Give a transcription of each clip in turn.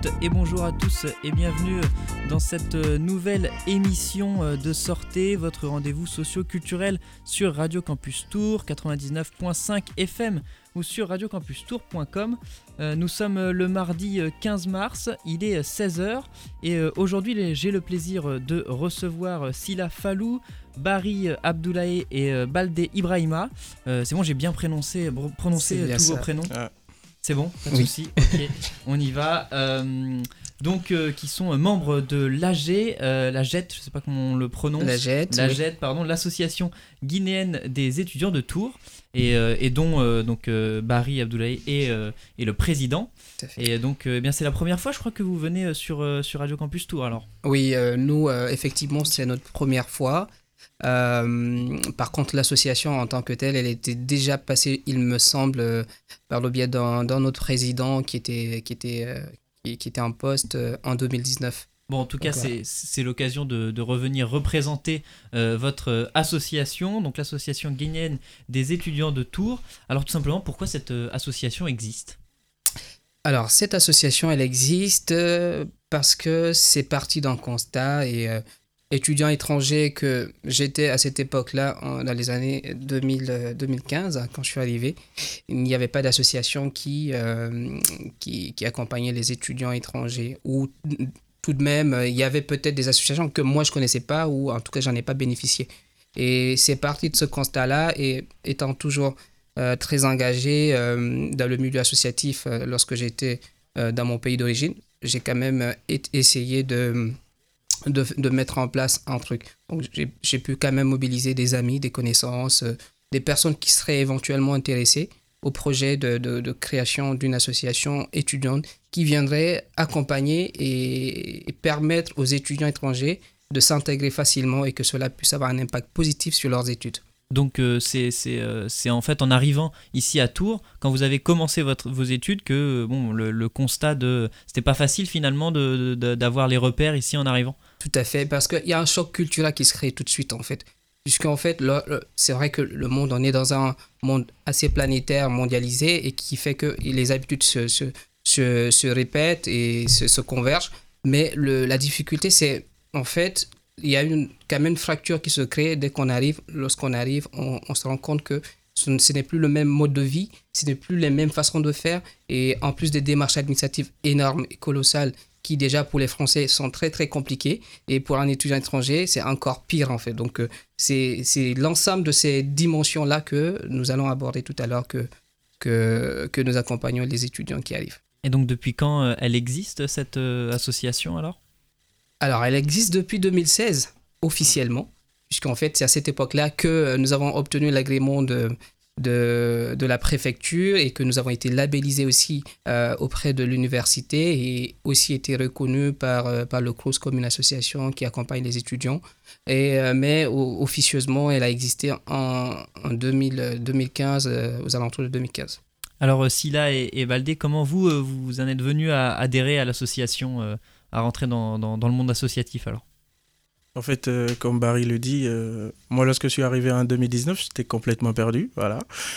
toutes et bonjour à tous et bienvenue dans cette nouvelle émission de Sortez, votre rendez-vous socio-culturel sur Radio Campus Tours 99.5 FM ou sur radiocampustour.com. Nous sommes le mardi 15 mars, il est 16h et aujourd'hui j'ai le plaisir de recevoir Sila Fallou, Barry Abdoulaye et Baldé Ibrahima. C'est bon, j'ai bien prononcé tous vos prénoms. C'est bon, pas de souci. Ok, on y va. Qui sont membres de l'AG, la JET, je ne sais pas comment on le prononce. La JET, pardon, l'association guinéenne des étudiants de Tours, et dont Barry Abdoulaye est le président. Et donc, c'est la première fois, je crois, que vous venez sur Radio Campus Tours, alors. Oui, nous, effectivement, c'est notre première fois. Par contre, l'association en tant que telle, elle était déjà passée, il me semble, par le biais d'un autre président qui était en poste en 2019. Bon, en tout cas, c'est l'occasion de revenir représenter votre association, donc l'association guinéenne des étudiants de Tours. Alors, tout simplement, pourquoi cette association existe ? Alors, cette association, elle existe parce que c'est parti d'un constat et étudiant étranger que j'étais à cette époque-là, dans les années 2015, quand je suis arrivé, il n'y avait pas d'association qui accompagnait les étudiants étrangers. Ou tout de même, il y avait peut-être des associations que moi je ne connaissais pas, ou en tout cas, j'en ai pas bénéficié. Et c'est parti de ce constat-là, et étant toujours très engagé dans le milieu associatif lorsque j'étais dans mon pays d'origine, j'ai quand même essayé de mettre en place un truc. Donc, j'ai pu quand même mobiliser des amis, des connaissances, des personnes qui seraient éventuellement intéressées au projet de création d'une association étudiante qui viendrait accompagner et permettre aux étudiants étrangers de s'intégrer facilement et que cela puisse avoir un impact positif sur leurs études. Donc c'est en fait en arrivant ici à Tours, quand vous avez commencé vos études, que le constat c'était pas facile finalement d'avoir les repères ici en arrivant. Tout à fait, parce qu'il y a un choc culturel qui se crée tout de suite en fait. Puisqu'en fait, c'est vrai que le monde, on est dans un monde assez planétaire, mondialisé, et qui fait que les habitudes se répètent et se convergent. Mais la difficulté, c'est en fait, il y a quand même une fracture qui se crée dès qu'on arrive. Lorsqu'on arrive, on se rend compte que ce n'est plus le même mode de vie, ce n'est plus les mêmes façons de faire, et en plus des démarches administratives énormes et colossales qui déjà pour les Français sont très très compliquées, et pour un étudiant étranger c'est encore pire en fait. Donc c'est l'ensemble de ces dimensions-là que nous allons aborder tout à l'heure, que nous accompagnons les étudiants qui arrivent. Et donc depuis quand elle existe cette association alors ? Alors, elle existe depuis 2016, officiellement, puisqu'en fait, c'est à cette époque-là que nous avons obtenu l'agrément de la préfecture et que nous avons été labellisés aussi auprès de l'université et aussi été reconnus par le CROUS comme une association qui accompagne les étudiants. Mais officieusement, elle a existé en 2015, aux alentours de 2015. Alors, Sila et Baldé, comment vous en êtes venus à adhérer à l'association à rentrer dans le monde associatif alors ? En fait, comme Barry le dit, moi lorsque je suis arrivé en 2019, j'étais complètement perdu, voilà.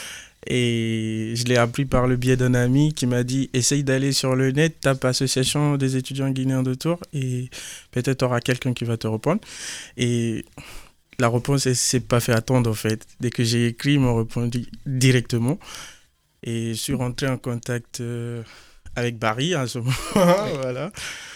Et je l'ai appris par le biais d'un ami qui m'a dit « Essaye d'aller sur le net, tape Association des étudiants guinéens de Tours et peut-être tu auras quelqu'un qui va te répondre. » Et la réponse, elle s'est pas fait attendre en fait. Dès que j'ai écrit, ils m'ont répondu directement. Et je suis rentré en contact avec Barry à ce moment, voilà.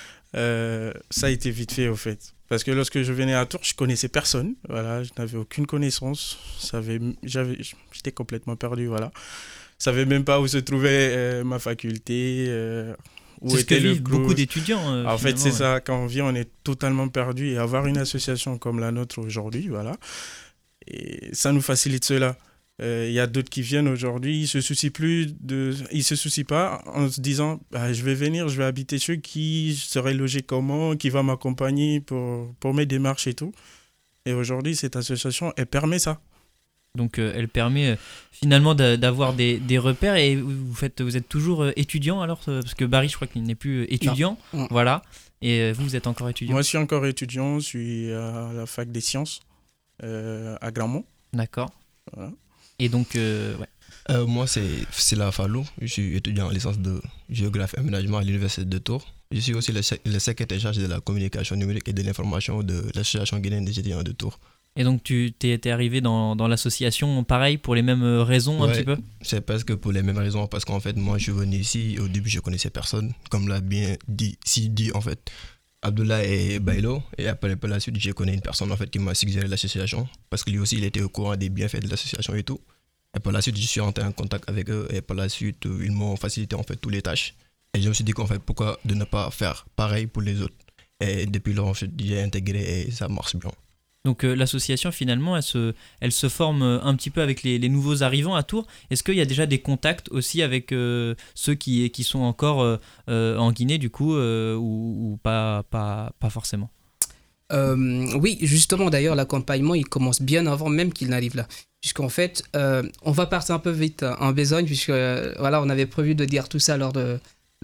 Ça a été vite fait au fait, parce que lorsque je venais à Tours je connaissais personne, voilà, je n'avais aucune connaissance, j'étais complètement perdu, voilà, je savais même pas où se trouvait ma faculté, où c'est était ce que le vivent CROUS. Beaucoup d'étudiants en fait c'est ça, quand on vient on est totalement perdu, et avoir une association comme la nôtre aujourd'hui, voilà, et ça nous facilite cela. Il y a d'autres qui viennent aujourd'hui, ils se soucient pas en se disant je vais venir, je vais habiter ceux qui seraient logés comment, qui va m'accompagner pour mes démarches et tout. Et aujourd'hui, cette association, elle permet ça. Donc elle permet finalement d'avoir des repères. Et vous êtes toujours étudiant alors, parce que Barry, je crois qu'il n'est plus étudiant. Non. Voilà. Et vous êtes encore étudiant ? Moi, je suis encore étudiant, je suis à la fac des sciences à Grandmont. D'accord. Voilà. Et donc, Moi, c'est la Fallou. Je suis étudiant en licence de géographie et aménagement à l'université de Tours. Je suis aussi le secrétaire chargé de la communication numérique et de l'information de l'association guinéenne des étudiants de Tours. Et donc tu t'es arrivé dans l'association pareil pour les mêmes raisons un petit peu? C'est presque pour les mêmes raisons parce qu'en fait moi je suis venu ici, au début je connaissais personne, comme l'a bien dit en fait Abdullah et Bailo, et après par la suite j'ai connu une personne en fait qui m'a suggéré l'association parce que lui aussi il était au courant des bienfaits de l'association et tout. Et par la suite je suis entré en contact avec eux et par la suite ils m'ont facilité en fait toutes les tâches. Et je me suis dit qu'en fait pourquoi de ne pas faire pareil pour les autres. Et depuis lors j'ai intégré et ça marche bien. Donc l'association finalement elle se forme un petit peu avec les nouveaux arrivants à Tours. Est-ce qu'il y a déjà des contacts aussi avec ceux qui sont encore en Guinée du coup ou pas forcément? Oui, justement d'ailleurs l'accompagnement il commence bien avant même qu'il n'arrive là. Puisqu'en fait on va partir un peu vite en besogne puisque voilà on avait prévu de dire tout ça lors de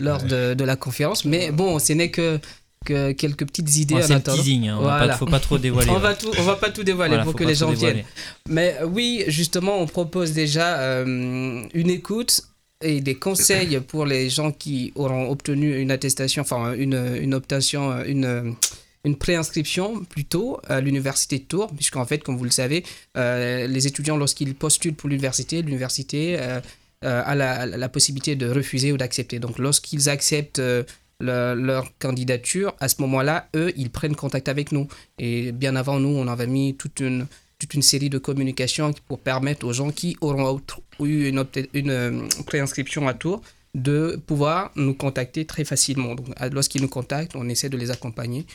la conférence. Mais bon ce n'est que quelques petites idées en attendant. C'est le teasing, hein, faut pas trop dévoiler. On va pas tout dévoiler pour que les gens viennent. Mais oui, justement, on propose déjà une écoute et des conseils pour les gens qui auront obtenu une attestation, enfin une obtention, une préinscription plutôt à l'université de Tours, puisqu'en fait, comme vous le savez, les étudiants, lorsqu'ils postulent pour l'université a la possibilité de refuser ou d'accepter. Donc, lorsqu'ils acceptent leur candidature, à ce moment-là, eux, ils prennent contact avec nous. Et bien avant nous, on avait mis toute une série de communications pour permettre aux gens qui auront eu une préinscription à Tours de pouvoir nous contacter très facilement. Donc, lorsqu'ils nous contactent, on essaie de les accompagner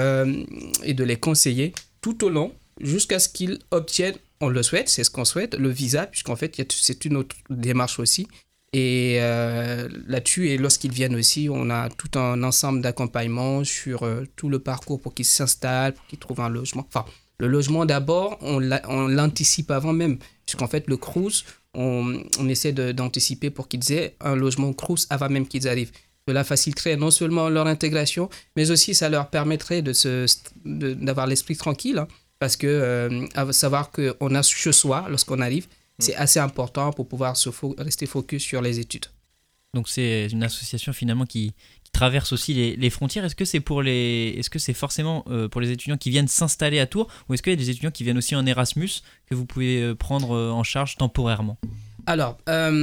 et de les conseiller tout au long jusqu'à ce qu'ils obtiennent, on le souhaite, c'est ce qu'on souhaite, le visa, puisqu'en fait, c'est une autre démarche aussi. Et là-dessus, et lorsqu'ils viennent aussi, on a tout un ensemble d'accompagnement sur tout le parcours pour qu'ils s'installent, pour qu'ils trouvent un logement. Enfin, le logement d'abord, on l'anticipe avant même, puisqu'en fait, le Crous, on essaie d'anticiper pour qu'ils aient un logement Crous avant même qu'ils arrivent. Cela faciliterait non seulement leur intégration, mais aussi ça leur permettrait d'avoir l'esprit tranquille, hein, parce que savoir qu'on a chez soi lorsqu'on arrive, c'est assez important pour pouvoir rester focus sur les études. Donc c'est une association finalement qui traverse aussi les frontières. Est-ce que c'est forcément pour les étudiants qui viennent s'installer à Tours, ou est-ce qu'il y a des étudiants qui viennent aussi en Erasmus que vous pouvez prendre en charge temporairement? Alors,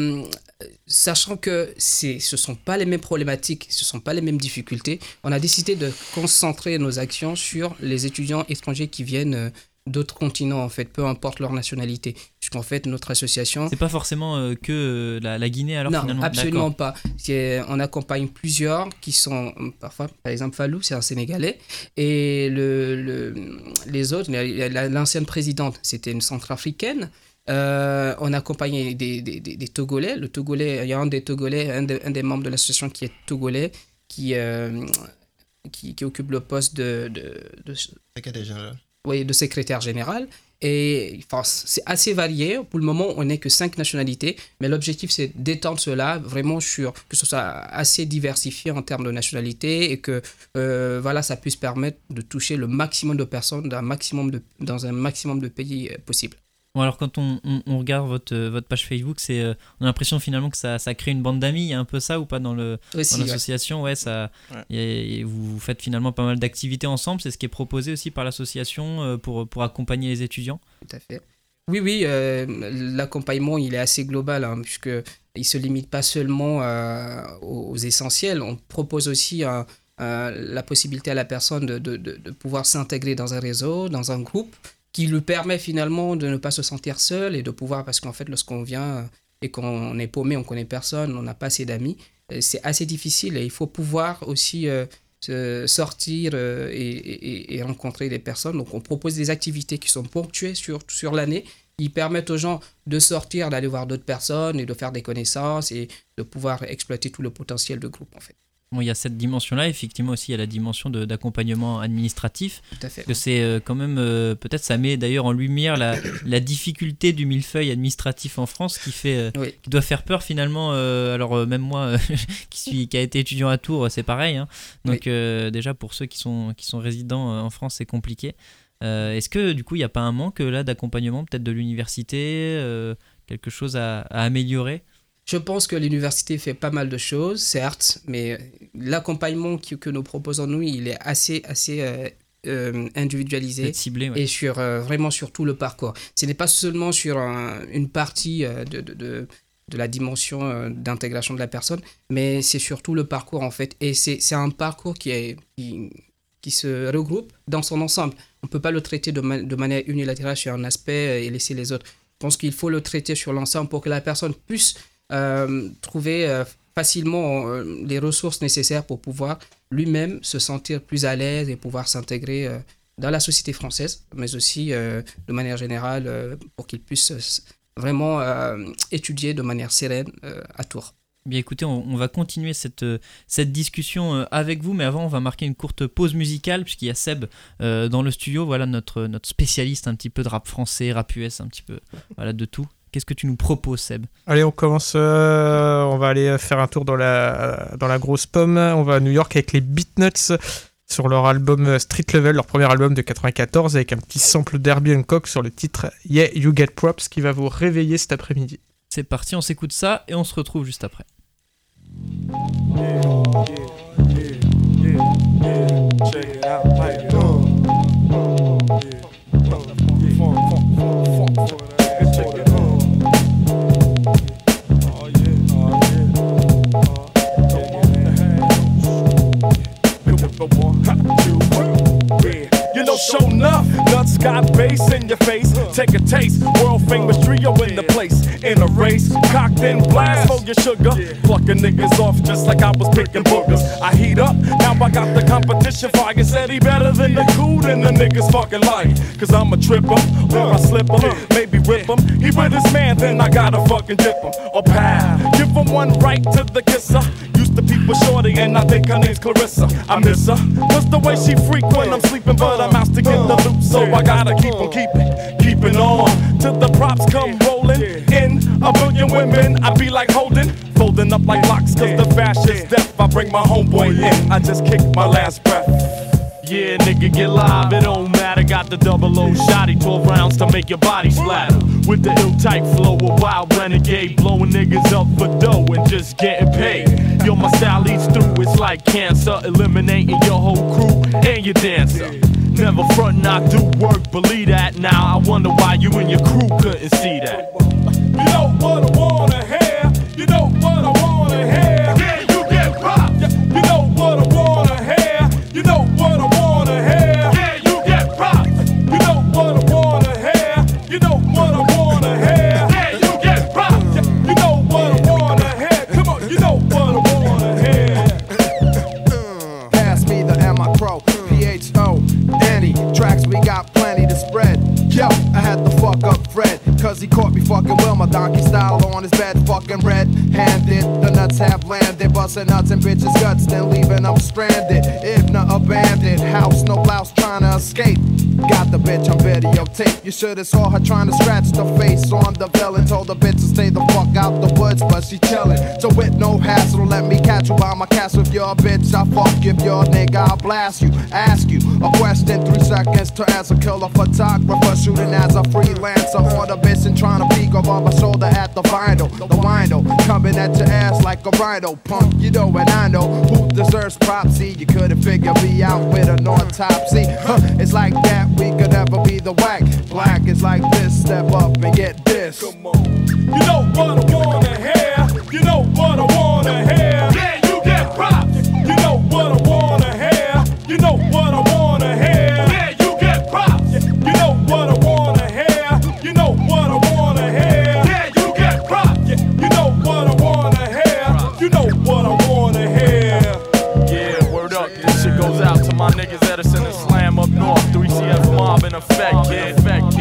sachant que ce ne sont pas les mêmes problématiques, ce ne sont pas les mêmes difficultés, on a décidé de concentrer nos actions sur les étudiants étrangers qui viennent d'autres continents, en fait, peu importe leur nationalité. Puisqu'en fait, notre association... C'est pas forcément que la Guinée, alors, non, finalement? Non, absolument pas. On accompagne plusieurs qui sont, parfois, par exemple, Fallou, c'est un Sénégalais, et les autres, l'ancienne présidente, c'était une Centrafricaine. On accompagne des Togolais. Le Togolais, il y a un des Togolais, un des membres de l'association qui est Togolais, qui occupe le poste de secrétaire général. Oui, de secrétaire général. Et enfin, c'est assez varié. Pour le moment, on n'est que 5 nationalités. Mais l'objectif, c'est d'étendre cela vraiment que ce soit assez diversifié en termes de nationalités et que ça puisse permettre de toucher le maximum de personnes dans un maximum de pays possible. Bon, alors quand on regarde votre page Facebook, on a l'impression finalement que ça crée une bande d'amis. Il y a un peu ça ou pas dans l'association? Ouais, vous faites finalement pas mal d'activités ensemble. C'est ce qui est proposé aussi par l'association pour accompagner les étudiants? Tout à fait. Oui, l'accompagnement il est assez global, hein, puisqu'il ne se limite pas seulement aux essentiels. On propose aussi la possibilité à la personne de pouvoir s'intégrer dans un réseau, dans un groupe, qui lui permet finalement de ne pas se sentir seul et de pouvoir, parce qu'en fait, lorsqu'on vient et qu'on est paumé, on ne connaît personne, on n'a pas assez d'amis, c'est assez difficile et il faut pouvoir aussi sortir et rencontrer des personnes. Donc, on propose des activités qui sont ponctuées sur l'année, qui permettent aux gens de sortir, d'aller voir d'autres personnes et de faire des connaissances et de pouvoir exploiter tout le potentiel de groupe, en fait. Bon, il y a cette dimension-là, effectivement aussi il y a la dimension d'accompagnement administratif. Tout à fait. Que c'est quand même, peut-être ça met d'ailleurs en lumière la difficulté du millefeuille administratif en France qui doit faire peur finalement. Alors même moi qui a été étudiant à Tours, c'est pareil. Hein. Donc déjà pour ceux qui sont résidents en France, c'est compliqué. Est-ce que du coup il n'y a pas un manque là d'accompagnement peut-être de l'université quelque chose à améliorer? Je pense que l'université fait pas mal de choses, certes, mais l'accompagnement que nous proposons, nous, il est assez individualisé Ciblé, ouais. et vraiment sur tout le parcours. Ce n'est pas seulement sur une partie de la dimension d'intégration de la personne, mais c'est sur tout le parcours en fait. Et c'est un parcours qui se regroupe dans son ensemble. On ne peut pas le traiter de manière unilatérale sur un aspect et laisser les autres. Je pense qu'il faut le traiter sur l'ensemble pour que la personne puisse trouver facilement les ressources nécessaires pour pouvoir lui-même se sentir plus à l'aise et pouvoir s'intégrer dans la société française, mais aussi de manière générale pour qu'il puisse vraiment étudier de manière sereine à Tours. Bien écoutez, on va continuer cette discussion avec vous, mais avant on va marquer une courte pause musicale puisqu'il y a Seb dans le studio, voilà notre spécialiste un petit peu de rap français, rap US, un petit peu voilà, de tout. Qu'est-ce que tu nous proposes, Seb? Allez, on commence. On va aller faire un tour dans la grosse pomme. On va à New York avec les Beatnuts sur leur album Street Level, leur premier album de 94, avec un petit sample d'Herbie Hancock sur le titre Yeah You Get Props qui va vous réveiller cet après-midi. C'est parti, on s'écoute ça et on se retrouve juste après. Check it out, like check it out. You know, show enough, nuts got bass in your face. Take a taste, world famous trio in the place. In a race, cocked and blast for your sugar. Plucking niggas off just like I was picking boogers. I heat up, now I got the competition fire. Said he better than the cool, then the niggas fucking lying. Cause I'm a tripper, or I slip him, maybe rip him. He with his man, then I gotta fucking dip him. Or pal, give him one right to the kisser. Used to people shorty, and I think her name's Clarissa. I miss her, cause the way she freak when I'm sleeping, but I'm out to get the loot, so I gotta keep on keeping on till the props come rolling in. A billion women, I be like holding, folding up like locks, cause the fashion's death. I bring my homeboy in, I just kick my last breath. Yeah, nigga, get live, it don't matter. Got the 00 shotty, 12 rounds to make your body splatter. With the ill-type flow, a wild renegade, blowing niggas up for dough and just getting paid. Yo, my style eats through, it's like cancer, eliminating your whole crew and your dancer. Never frontin', I do work, believe that. Now I wonder why you and your crew couldn't see that. You know what I wanna hear, you know what I wanna hear. Yeah, you get popped. You know what I wanna hear, you know what I wanna hear. Yeah, you get popped. You know what I wanna hear, you know what I wanna hear. Yeah, you get popped. You know what I wanna hear. Come on, you know what I wanna hear. Pass me the M.I. Crow, P-H-O, Annie. Tracks we got plenty to spread. Yo, I had to fuck up Fred, cause he caught me fucking well. My donkey style on his bed, fucking red-handed. The nuts have landed, busting nuts and bitches' guts, then leaving them stranded. If not abandoned, house, no blouse, trying to escape. Got the bitch on videotape. You should've saw her trying to scratch the face on the villain. Told the bitch to stay the fuck out the woods, but she chillin'. So with no hassle, let me catch you by my castle. If you're a bitch, I'll fuck you. If you're a nigga, I'll blast you. Ask you a question, 3 seconds to answer. Kill a photographer, shooting as a freelancer. On the bitch and trying to peek over my shoulder at the vinyl. The windo, coming at your ass like a rhino. Punk, you know and I know who deserves props. See, you couldn't figure me out with an autopsy. It's like that, we could never be the whack. Black is like this, step up and get this. Come on. You know what I wanna hear, you know what I wanna hear. Yeah, you get props. You know what I wanna hear, you know what I wanna hear. Yeah, you get props. You know what I wanna hear, you know what I wanna hear. Yeah, you get props. You know what I wanna hear, you know what I wanna hear. Yeah, word up, this shit goes out to my niggas Edison and Slam up north. 3CF mob in effect, kid.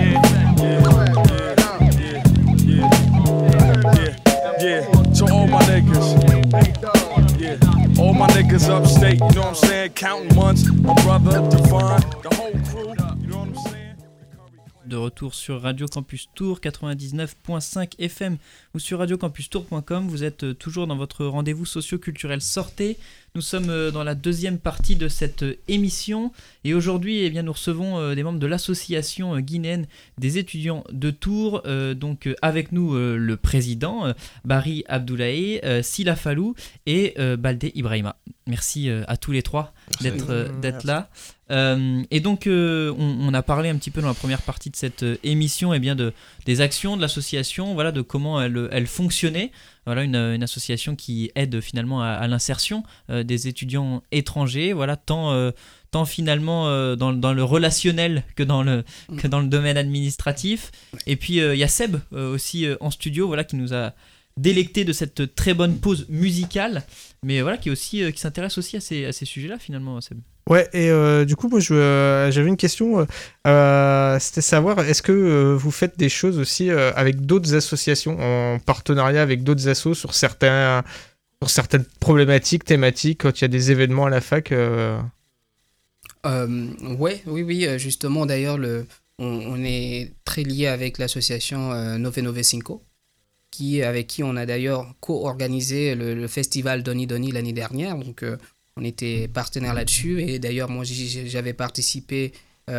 Yeah, to all my niggas. Yeah, all my niggas upstate, you know what I'm saying? Counting months, my brother, Devon, the whole crew, you know what I'm saying? De retour sur Radio Campus Tours 99.5 FM ou sur radiocampustour.com. Vous êtes toujours dans votre rendez-vous socio-culturel Sortez, Nous sommes dans la deuxième partie de cette émission et aujourd'hui eh bien, nous recevons des membres de l'association guinéenne des étudiants de Tours. Donc avec nous le président Barry Abdoulaye, Sila Fallou et Baldé Ibrahima. Merci à tous les trois d'être là. Et donc on a parlé un petit peu dans la première partie de cette émission des actions de l'association, voilà, de comment elle fonctionnait. Voilà, une association qui aide finalement à l'insertion des étudiants étrangers, voilà, tant finalement dans le relationnel que dans le domaine administratif. Et puis il y a Seb aussi en studio, voilà, qui nous a délecté de cette très bonne pause musicale, mais voilà, qui s'intéresse aussi à ces sujets-là finalement, Seb. Ouais, et du coup, moi, j'avais une question. C'était savoir, est-ce que vous faites des choses aussi avec d'autres associations, en partenariat avec d'autres assos sur certaines problématiques, thématiques, quand il y a des événements à la fac Oui, justement, d'ailleurs, on est très lié avec l'association Nove Cinco, avec qui on a d'ailleurs co-organisé le festival Doni Doni l'année dernière. Donc, on était partenaires là-dessus. Et d'ailleurs, moi, j'avais participé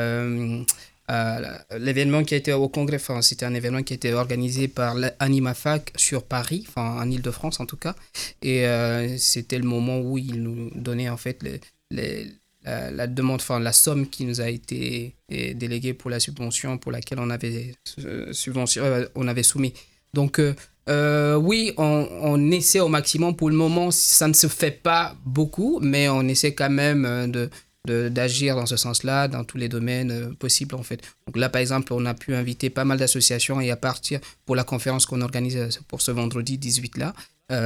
à l'événement qui a été au congrès. Enfin, c'était un événement qui a été organisé par l'AnimaFac sur Paris, enfin, en Ile-de-France en tout cas. Et c'était le moment où ils nous donnaient en fait la demande, enfin, la somme qui nous a été déléguée pour la subvention pour laquelle on avait soumis. Donc, oui, on essaie au maximum. Pour le moment, ça ne se fait pas beaucoup, mais on essaie quand même d'agir dans ce sens-là, dans tous les domaines possibles, en fait. Donc là, par exemple, on a pu inviter pas mal d'associations et à partir pour la conférence qu'on organise pour ce vendredi 18 là.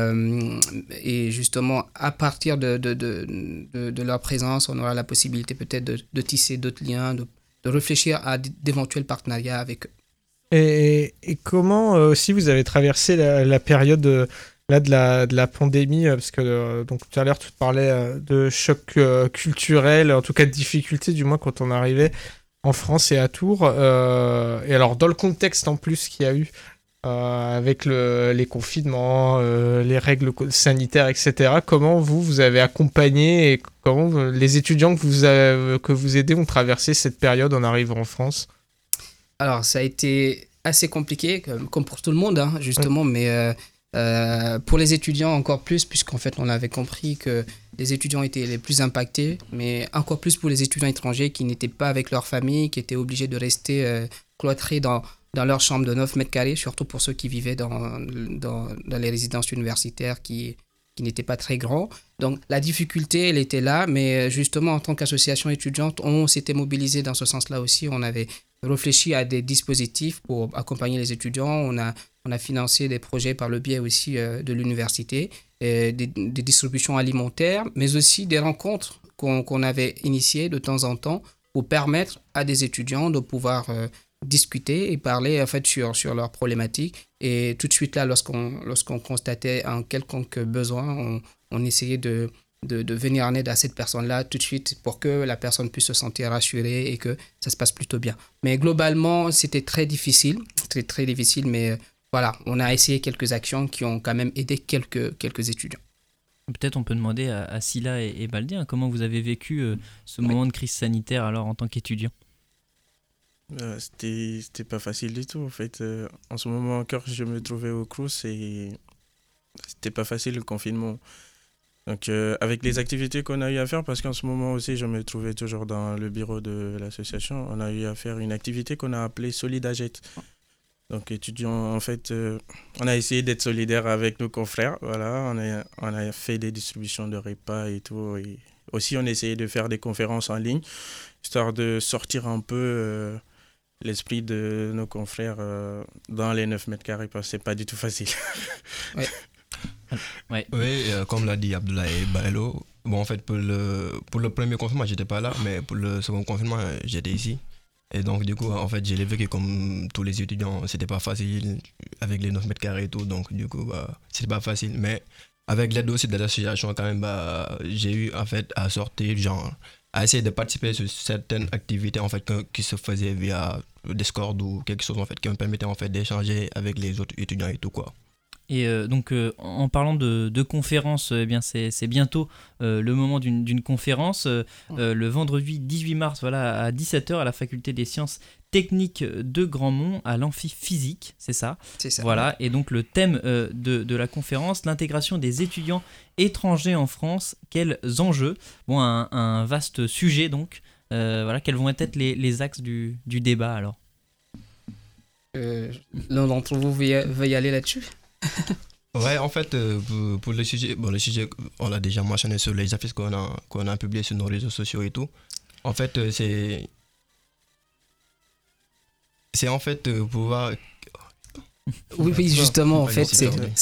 Et justement, à partir de leur présence, on aura la possibilité peut-être de tisser d'autres liens, de réfléchir à d'éventuels partenariats avec eux. Et comment aussi vous avez traversé la période là de la pandémie, parce que donc tout à l'heure tu parlais de choc culturel, en tout cas de difficultés du moins quand on arrivait en France et à Tours. Et alors dans le contexte en plus qu'il y a eu avec les confinements, les règles sanitaires, etc. Comment vous avez accompagné et comment les étudiants que vous aidez ont traversé cette période en arrivant en France ? Alors, ça a été assez compliqué, comme pour tout le monde, hein, justement, mais pour les étudiants encore plus, puisqu'en fait, on avait compris que les étudiants étaient les plus impactés, mais encore plus pour les étudiants étrangers qui n'étaient pas avec leur famille, qui étaient obligés de rester cloîtrés dans leur chambre de 9 mètres carrés, surtout pour ceux qui vivaient dans les résidences universitaires qui n'étaient pas très grands. Donc, la difficulté, elle était là, mais justement, en tant qu'association étudiante, on s'était mobilisé dans ce sens-là aussi. On avait réfléchi à des dispositifs pour accompagner les étudiants. On a financé des projets par le biais aussi de l'université, des distributions alimentaires, mais aussi des rencontres qu'on avait initiées de temps en temps pour permettre à des étudiants de pouvoir discuter et parler en fait sur leurs problématiques. Et tout de suite là, lorsqu'on constatait un quelconque besoin, on essayait de venir en aide à cette personne-là tout de suite pour que la personne puisse se sentir rassurée et que ça se passe plutôt bien. Mais globalement, c'était très difficile, très difficile, mais voilà, on a essayé quelques actions qui ont quand même aidé quelques étudiants. Peut-être on peut demander à Sila et Baldé, hein, comment vous avez vécu ce moment de crise sanitaire alors en tant qu'étudiant ? C'était pas facile du tout en fait. En ce moment encore, je me trouvais au Crous et c'était pas facile le confinement. Donc avec les activités qu'on a eu à faire, parce qu'en ce moment aussi je me trouvais toujours dans le bureau de l'association, on a eu à faire une activité qu'on a appelée Solidaget. Donc étudiants, en fait, on a essayé d'être solidaires avec nos confrères, voilà, on a fait des distributions de repas et tout, et aussi on a essayé de faire des conférences en ligne, histoire de sortir un peu l'esprit de nos confrères dans les 9 mètres carrés, parce que c'est pas du tout facile. Ouais. Ouais. Oui, comme l'a dit Abdoulaye Bailo, bon, en fait, pour le premier confinement, j'étais pas là, mais pour le second confinement, j'étais ici. Et donc, du coup, en fait, j'ai vécu comme tous les étudiants, c'était pas facile avec les 9 mètres carrés et tout, donc, du coup, c'était pas facile. Mais avec l'aide aussi de l'association, quand même, j'ai eu, en fait, à sortir, genre, à essayer de participer sur certaines activités, en fait, qui se faisaient via Discord ou quelque chose, en fait, qui me permettait, en fait, d'échanger avec les autres étudiants et tout, quoi. Et donc, en parlant de conférences, eh bien, c'est bientôt le moment d'une conférence. Le vendredi 18 mars, voilà, à 17h, à la faculté des sciences techniques de Grandmont, à l'amphiphysique, c'est ça. C'est ça. Voilà, et donc le thème de la conférence, l'intégration des étudiants étrangers en France, quels enjeux. Bon, un vaste sujet donc. Voilà, quels vont être les axes du débat alors? L'un d'entre vous veut y aller là-dessus? Ouais, en fait, pour le sujet, on l'a déjà mentionné sur les affiches qu'on a publiées sur nos réseaux sociaux et tout. En fait, c'est en fait pouvoir... Oui, justement, en fait,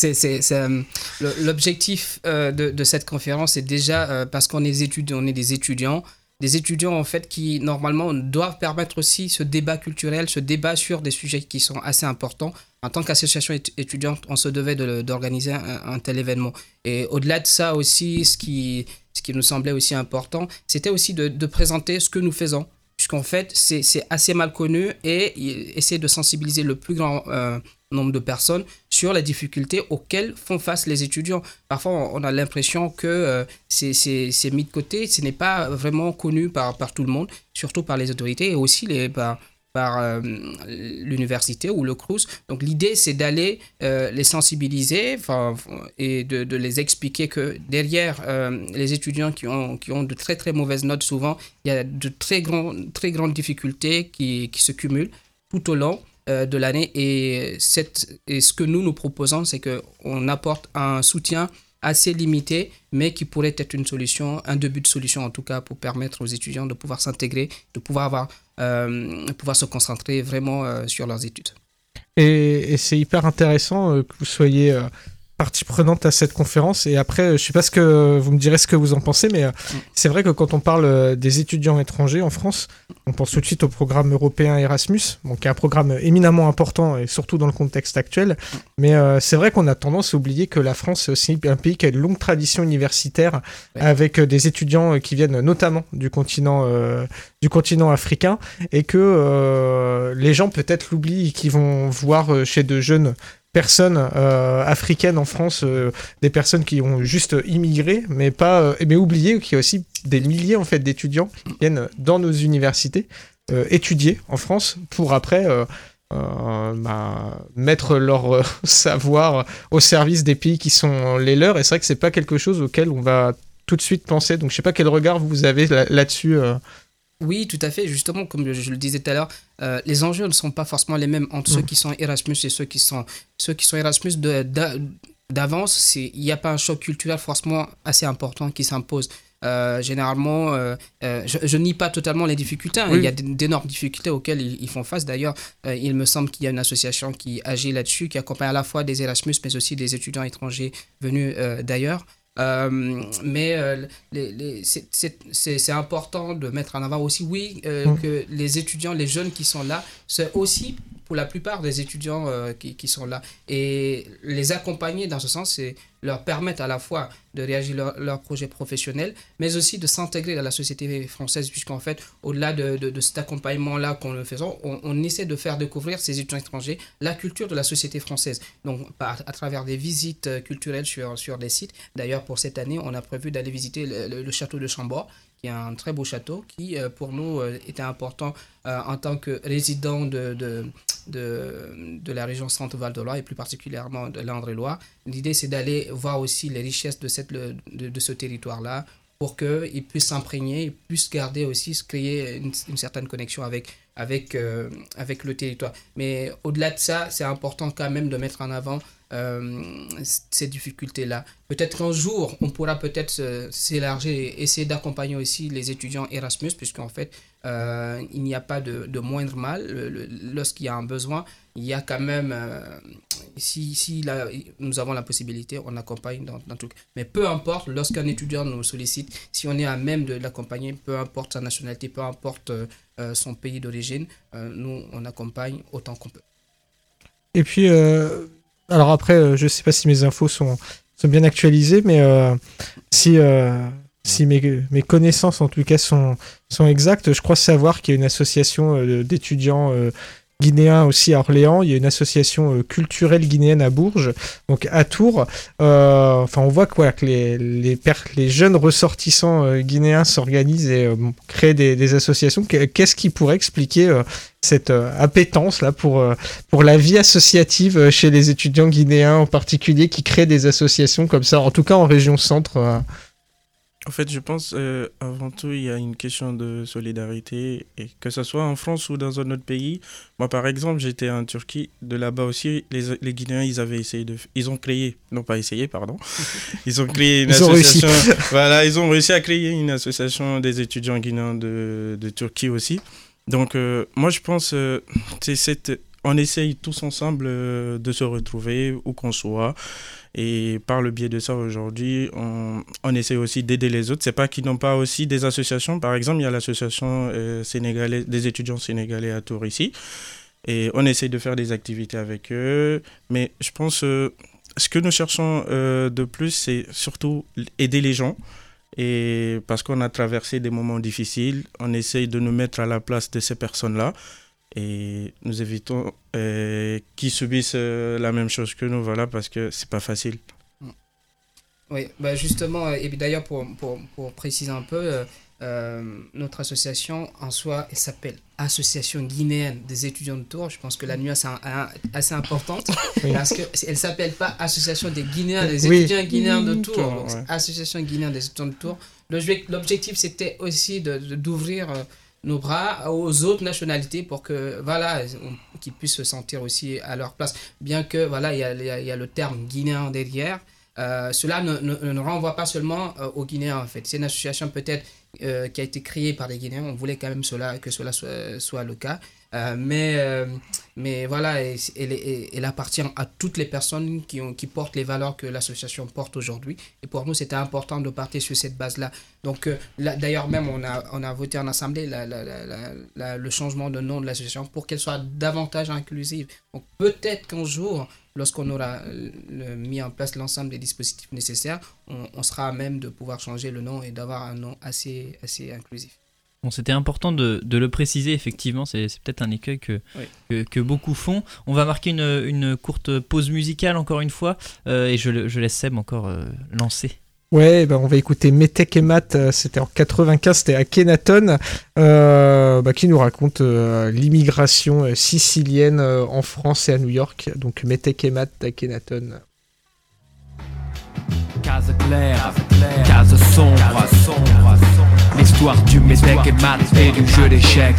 l'objectif de cette conférence est déjà parce qu'on est étudiants, on est des étudiants en fait qui normalement doivent permettre aussi ce débat culturel, ce débat sur des sujets qui sont assez importants. En tant qu'association étudiante, on se devait d'organiser un tel événement. Et au-delà de ça aussi, ce qui nous semblait aussi important, c'était aussi de présenter ce que nous faisons. Puisqu'en fait, c'est assez mal connu et essayer de sensibiliser le plus grand nombre de personnes sur les difficultés auxquelles font face les étudiants. Parfois, on a l'impression que c'est mis de côté, ce n'est pas vraiment connu par tout le monde, surtout par les autorités et aussi par l'université ou le CRUS. Donc l'idée, c'est d'aller les sensibiliser et de les expliquer que derrière les étudiants qui ont de très très mauvaises notes, souvent, il y a de très grandes difficultés qui se cumulent tout au long de l'année. Et ce que nous proposons, c'est qu'on apporte un soutien assez limité, mais qui pourrait être une solution, un début de solution en tout cas, pour permettre aux étudiants de pouvoir s'intégrer, de pouvoir pouvoir se concentrer vraiment sur leurs études. Et c'est hyper intéressant que vous soyez partie prenante à cette conférence. Et après, je ne sais pas vous me direz ce que vous en pensez, mais c'est vrai que quand on parle des étudiants étrangers en France, on pense tout de suite au programme européen Erasmus, donc qui est un programme éminemment important et surtout dans le contexte actuel. Mais c'est vrai qu'on a tendance à oublier que la France, c'est aussi un pays qui a une longue tradition universitaire avec des étudiants qui viennent notamment du continent africain et que les gens peut-être l'oublient et qui vont voir chez de jeunes personnes africaines en France, des personnes qui ont juste immigré, mais oublié qu'il y a aussi des milliers en fait d'étudiants qui viennent dans nos universités étudier en France pour après mettre leur savoir au service des pays qui sont les leurs. Et c'est vrai que c'est pas quelque chose auquel on va tout de suite penser. Donc je sais pas quel regard vous avez là-dessus. Oui, tout à fait. Justement, comme je le disais tout à l'heure, les enjeux ne sont pas forcément les mêmes entre ceux qui sont Erasmus et ceux qui sont Erasmus d'avance. Il n'y a pas un choc culturel forcément assez important qui s'impose. Généralement, je nie pas totalement les difficultés. Oui. Il y a d'énormes difficultés auxquelles ils font face. D'ailleurs, il me semble qu'il y a une association qui agit là-dessus, qui accompagne à la fois des Erasmus, mais aussi des étudiants étrangers venus d'ailleurs. C'est important de mettre en avant aussi, que les étudiants, les jeunes qui sont là, c'est aussi pour la plupart des étudiants qui sont là. Et les accompagner dans ce sens, c'est leur permettre à la fois de réagir leur projet professionnel, mais aussi de s'intégrer dans la société française, puisqu'en fait, au-delà de cet accompagnement-là qu'on le faisons, on essaie de faire découvrir ces étudiants étrangers la culture de la société française. Donc, à travers des visites culturelles sur des sites. D'ailleurs, pour cette année, on a prévu d'aller visiter le château de Chambord, qui est un très beau château, qui pour nous était important en tant que résident de la région Centre-Val de Loire et plus particulièrement de l'Indre-et-Loire. L'idée, c'est d'aller voir aussi les richesses de ce territoire-là pour qu'ils puissent s'imprégner, ils puissent garder aussi, créer une certaine connexion avec le territoire. Mais au-delà de ça, c'est important quand même de mettre en avant ces difficultés-là. Peut-être qu'un jour, on pourra peut-être s'élargir et essayer d'accompagner aussi les étudiants Erasmus, puisqu'en fait, il n'y a pas de moindre mal. Lorsqu'il y a un besoin, il y a quand même, si là, nous avons la possibilité, on accompagne dans tout. Mais peu importe, lorsqu'un étudiant nous sollicite, si on est à même de l'accompagner, peu importe sa nationalité, peu importe son pays d'origine, nous, on accompagne autant qu'on peut. Et puis, alors après, je ne sais pas si mes infos sont bien actualisées, mais si mes connaissances en tout cas sont exactes, je crois savoir qu'il y a une association d'étudiants guinéens aussi à Orléans. Il y a une association culturelle guinéenne à Bourges, donc à Tours. On voit que les jeunes ressortissants guinéens s'organisent et créent des associations. Qu'est-ce qui pourrait expliquer cette appétence là pour la vie associative chez les étudiants guinéens en particulier qui créent des associations comme ça, en tout cas en région centre? En fait, je pense, avant tout, il y a une question de solidarité, et que ce soit en France ou dans un autre pays. Moi, par exemple, j'étais en Turquie. De là-bas aussi, les Guinéens, ils ont créé une association. Voilà, ils ont réussi à créer une association des étudiants guinéens de Turquie aussi. Donc, moi, je pense, on essaye tous ensemble de se retrouver où qu'on soit. Et par le biais de ça, aujourd'hui, on essaie aussi d'aider les autres. C'est pas qu'ils n'ont pas aussi des associations. Par exemple, il y a l'association sénégalaise des étudiants sénégalais à Tours ici. Et on essaie de faire des activités avec eux. Mais je pense ce que nous cherchons de plus, c'est surtout aider les gens. Et parce qu'on a traversé des moments difficiles, on essaye de nous mettre à la place de ces personnes-là. Et nous évitons qu'ils subissent la même chose que nous, voilà, parce que c'est pas facile. Oui, justement, et d'ailleurs pour préciser un peu, notre association en soi, elle s'appelle Association guinéenne des étudiants de Tours. Je pense que la nuance est assez importante, parce qu'elle ne s'appelle pas Association des Guinéens, des étudiants guinéens de Tours. Donc, Association guinéenne des étudiants de Tours. L'objectif, c'était aussi d'ouvrir nos bras aux autres nationalités pour que qu'ils puissent se sentir aussi à leur place, bien que il y a le terme guinéen derrière. Cela ne renvoie pas seulement aux Guinéens en fait. C'est une association peut-être qui a été créée par les Guinéens. On voulait quand même que cela soit le cas, mais voilà, elle appartient à toutes les personnes qui portent les valeurs que l'association porte aujourd'hui. Et pour nous, c'était important de partir sur cette base-là. Donc d'ailleurs même on a voté en assemblée le changement de nom de l'association pour qu'elle soit davantage inclusive. Donc peut-être qu'un jour, lorsqu'on aura mis en place l'ensemble des dispositifs nécessaires, on sera à même de pouvoir changer le nom et d'avoir un nom assez inclusif. Bon, c'était important de le préciser, effectivement, c'est peut-être un écueil que beaucoup font. On va marquer une courte pause musicale encore une fois, et je laisse Seb encore lancer. Ouais, on va écouter Metek et Matt, c'était en 95, c'était à Kenaton, qui nous raconte l'immigration sicilienne en France et à New York. Donc Metek et Matt à Kenaton. Case claire, case sombre, l'histoire du Metek et Matt et du jeu d'échecs.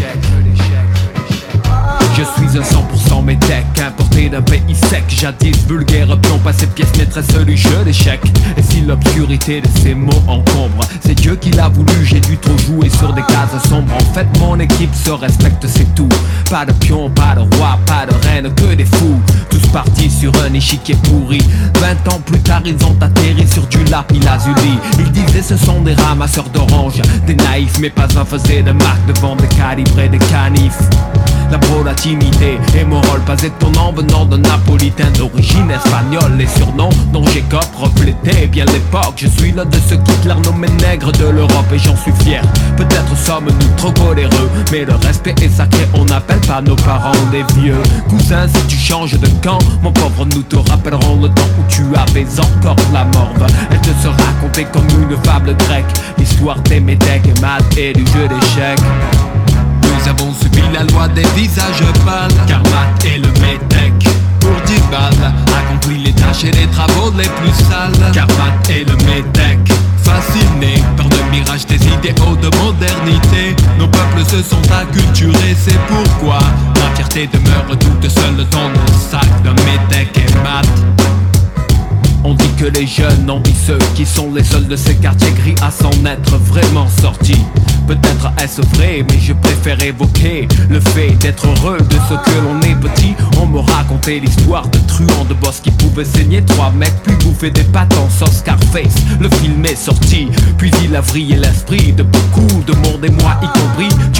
Je suis un 100% métèque, importé d'un pays sec. Jadis vulgaire pion, pas cette pièce maîtresse du jeu d'échecs. Et si l'obscurité de ces mots encombre, c'est Dieu qui l'a voulu, j'ai dû trop jouer sur des cases sombres. En fait mon équipe se respecte, c'est tout. Pas de pion, pas de roi, pas de reine, que des fous. Tous partis sur un échiquier pourri. 20 ans plus tard ils ont atterri sur du lapis lazuli. Ils disaient ce sont des ramasseurs d'oranges, des naïfs, mais pas un faisait de marque devant des calibres et des canifs. La volatilité est mon rôle, pas étonnant venant d'un napolitain d'origine espagnole. Les surnoms dont j'écope reflétaient bien l'époque. Je suis l'un de ceux qu'Hitler nommait nègre de l'Europe et j'en suis fier. Peut-être sommes-nous trop coléreux, mais le respect est sacré, on n'appelle pas nos parents des vieux. Cousin, si tu changes de camp, mon pauvre, nous te rappellerons le temps où tu avais encore la morve. Elle te sera racontée comme une fable grecque, l'histoire des Métèques et Matt et du jeu d'échecs. Nous avons subi la loi des visages pâles, car Matt est le métèque. Pour 10 balles, accompli les tâches et les travaux les plus sales, car Matt est le métèque. Fasciné par le mirage des idéaux de modernité, nos peuples se sont acculturés, c'est pourquoi ma fierté demeure toute seule dans le sac d'un métèque et Matt. On dit que les jeunes envient ceux qui sont les seuls de ces quartiers gris à s'en être vraiment sortis. Peut-être est-ce vrai, mais je préfère évoquer le fait d'être heureux de ce que l'on est petit. On me racontait l'histoire de truands de boss qui pouvaient saigner 3 mecs puis bouffer des pâtes en sauce Scarface. Le film est sorti, puis il a vrillé l'esprit de beaucoup de monde et moi y compris. Tu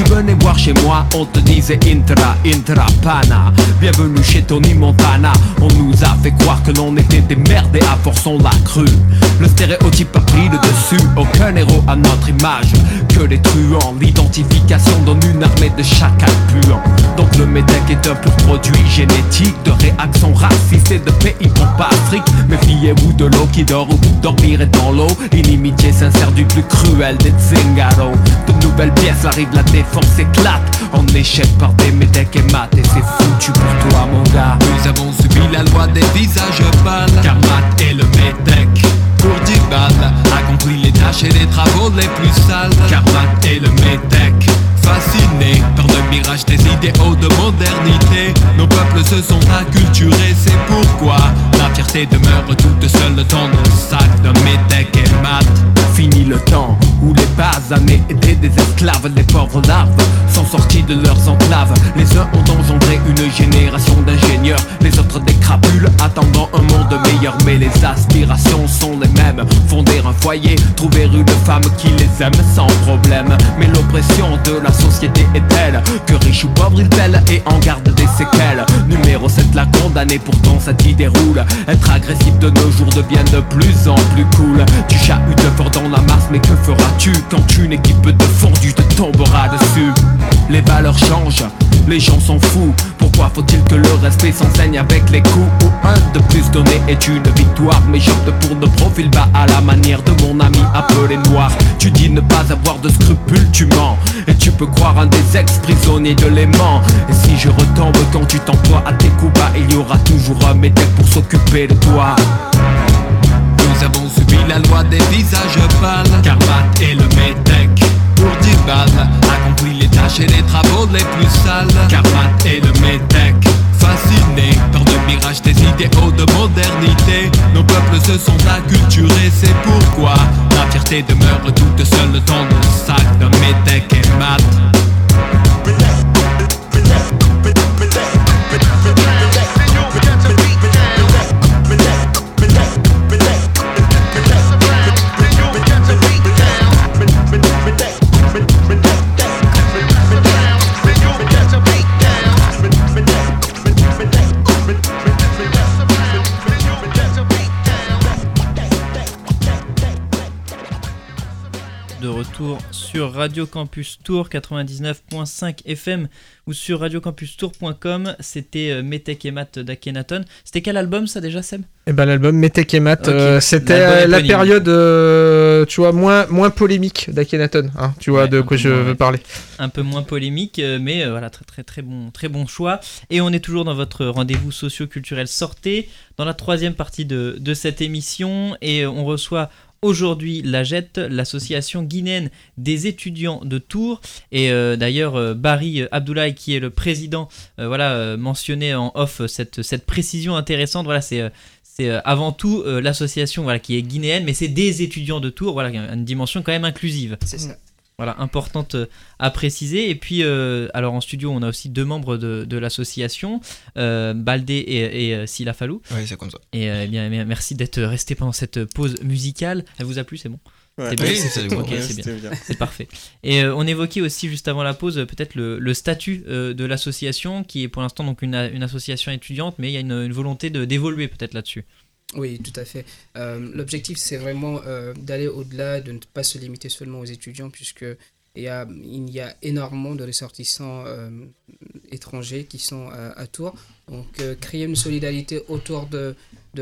venais voir chez moi, on te disait intra pana. Bienvenue chez Tony Montana. On nous a fait croire que l'on était des merdes et à force on l'a cru. Le stéréotype a pris le dessus, aucun héros à notre image que les truands. L'identification donne une armée de chacals puants. Donc le métèque est un pur produit génétique de réaction raciste et de pays pour pas Afrique. Méfiez-vous de l'eau qui dort ou dormir est dans l'eau. Inimitié sincère du plus cruel des Zingaro. De nouvelles pièces arrivent, la défense éclate en échec par des métèques et maths. Et c'est foutu pour toi mon gars. Nous avons subi la loi des visages pâles, car maths et le métèque pour 10 balles accompli les tâches et les travaux les plus sales. Car maths et le métèque fascinés par le mirage des idéaux de modernité. Nos peuples se sont acculturés, c'est pourquoi la fierté demeure toute seule dans le sac d'un métèque et maths. Fini le temps où les basanés étaient des esclaves. Les pauvres larves sont sortis de leurs enclaves. Les uns ont engendré une génération d'ingénieurs, les autres des crapules attendant un monde meilleur. Mais les aspirations sont les mêmes, fonder un foyer, trouver une femme qui les aime sans problème. Mais l'oppression de la société est telle que riche ou pauvre il pèle et en garde des séquelles. Numéro 7 la condamnée, pourtant cette idée roule. Être agressif de nos jours devient de plus en plus cool. Tu chahutes fort dans la masse, mais que feras-tu quand une équipe de fondus te tombera dessus? Les valeurs changent, les gens sont fous. Pourquoi faut-il que le respect s'enseigne avec les coups? Où un de plus donné est une victoire. Mais j'opte pour de profil bas à la manière de mon ami appelé noir. Tu dis ne pas avoir de scrupules, tu mens. Et tu peux croire un des ex-prisonniers de l'aimant. Et si je retombe quand tu t'emploies à tes coups bas, il y aura toujours un métèque pour s'occuper de toi. Nous avons subi la loi des visages pâles, car maths et le métèque pour 10 balles accompli les tâches et les travaux les plus sales. Car maths et le métèque fascinés par le mirage des idéaux de modernité. Nos peuples se sont acculturés, c'est pourquoi la fierté demeure toute seule dans le sac d'un métèque et maths. Retour sur Radio Campus Tour 99.5 FM ou sur radiocampustour.com. C'était Métèque et Maths d'Akhenaton. C'était quel album ça déjà, Seb? Eh ben l'album Métèque et Maths, okay. c'était la période tu vois moins polémique d'Akhenaton, hein, tu vois, ouais, de quoi je veux parler. Un peu moins polémique, mais voilà, très bon choix. Et on est toujours dans votre rendez-vous socio-culturel Sortez, dans la troisième partie de cette émission, et on reçoit aujourd'hui l'AGET, l'association guinéenne des étudiants de Tours, et d'ailleurs Barry Abdoulaye, qui est le président, mentionnait en off cette précision intéressante. Voilà, c'est avant tout l'association, voilà, qui est guinéenne, mais c'est des étudiants de Tours, voilà, une dimension quand même inclusive. C'est ça. Voilà, importante à préciser. Et puis, alors en studio, on a aussi deux membres de l'association, Baldé et Sila Fallou. Oui, c'est comme ça. Et bien, merci d'être resté pendant cette pause musicale. Elle vous a plu, c'est bon? Ouais. C'est bien. Oui, c'est bon. Ok, c'est bien. C'est parfait. Et on évoquait aussi juste avant la pause peut-être le statut de l'association, qui est pour l'instant donc une association étudiante, mais il y a une volonté d'évoluer peut-être là-dessus. Oui, tout à fait. L'objectif, c'est vraiment d'aller au-delà, de ne pas se limiter seulement aux étudiants, puisque il y a énormément de ressortissants étrangers qui sont à Tours. Donc, créer une solidarité autour de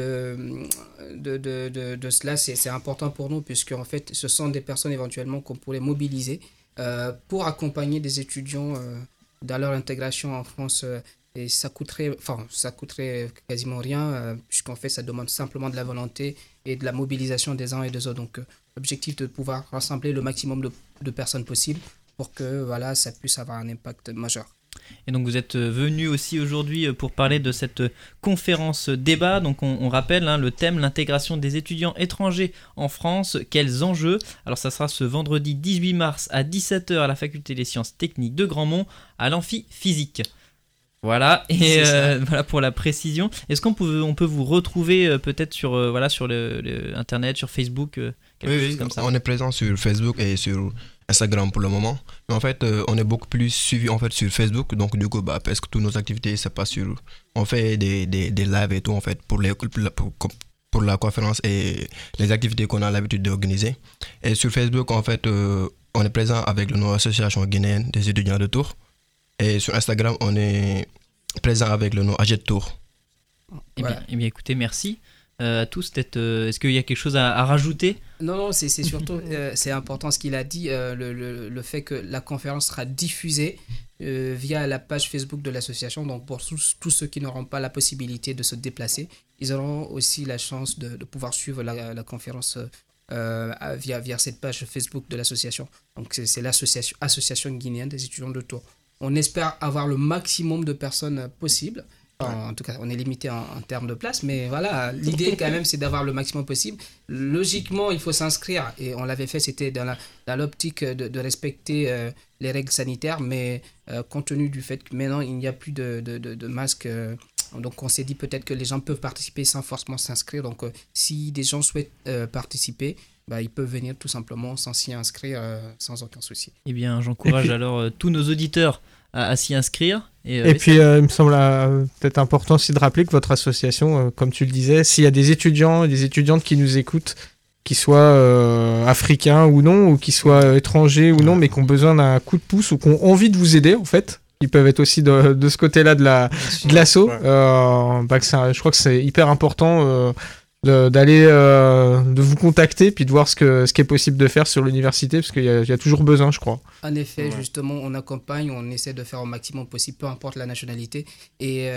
cela, c'est important pour nous, puisque en fait, ce sont des personnes éventuellement qu'on pourrait mobiliser pour accompagner des étudiants dans leur intégration en France. Et ça coûterait quasiment rien, puisqu'en fait, ça demande simplement de la volonté et de la mobilisation des uns et des autres. Donc, l'objectif de pouvoir rassembler le maximum de personnes possible pour que voilà, ça puisse avoir un impact majeur. Et donc vous êtes venu aussi aujourd'hui pour parler de cette conférence débat. Donc on rappelle le thème, l'intégration des étudiants étrangers en France, quels enjeux? Alors ça sera ce vendredi 18 mars à 17h à la faculté des sciences techniques de Grandmont, à l'amphi physique. Voilà, et voilà pour la précision. Est-ce qu'on peut vous retrouver peut-être sur le internet, sur Facebook, oui, comme ça. On est présent sur Facebook et sur Instagram pour le moment. Mais en fait, on est beaucoup plus suivi en fait sur Facebook. Donc du coup, presque toutes nos activités, c'est pas sur. On fait des lives et tout en fait pour la conférence et les activités qu'on a l'habitude d'organiser. Et sur Facebook, en fait, on est présent avec le nom Association guinéenne des étudiants de Tours. Et sur Instagram, on est présent avec le nom AG Tours. Eh bien, écoutez, merci à tous. Est-ce qu'il y a quelque chose à rajouter ? Non, c'est surtout c'est important ce qu'il a dit, le fait que la conférence sera diffusée via la page Facebook de l'association. Donc pour tous ceux qui n'auront pas la possibilité de se déplacer, ils auront aussi la chance de pouvoir suivre la conférence via cette page Facebook de l'association. Donc c'est l'association guinéenne des étudiants de Tours. On espère avoir le maximum de personnes possible. En tout cas, on est limité en termes de place, mais voilà, l'idée quand même, c'est d'avoir le maximum possible. Logiquement, il faut s'inscrire, et on l'avait fait, c'était dans l'optique de respecter les règles sanitaires, mais compte tenu du fait que maintenant, il n'y a plus de masques, donc on s'est dit peut-être que les gens peuvent participer sans forcément s'inscrire. Donc si des gens souhaitent participer, ils peuvent venir tout simplement sans s'y inscrire, sans aucun souci. Eh bien, j'encourage alors tous nos auditeurs à s'y inscrire. Et puis, il me semble peut-être important aussi de rappeler que votre association, comme tu le disais, s'il y a des étudiants et des étudiantes qui nous écoutent, qu'ils soient africains ou non, ou qu'ils soient étrangers ou non, mais qui ont besoin d'un coup de pouce ou qui ont envie de vous aider, en fait, ils peuvent être aussi de ce côté-là de l'asso. Ouais. Je crois que c'est hyper important de vous contacter puis de voir ce qui est possible de faire sur l'université, parce qu'il y a toujours besoin, je crois. En effet, justement, on accompagne, on essaie de faire au maximum possible, peu importe la nationalité. Et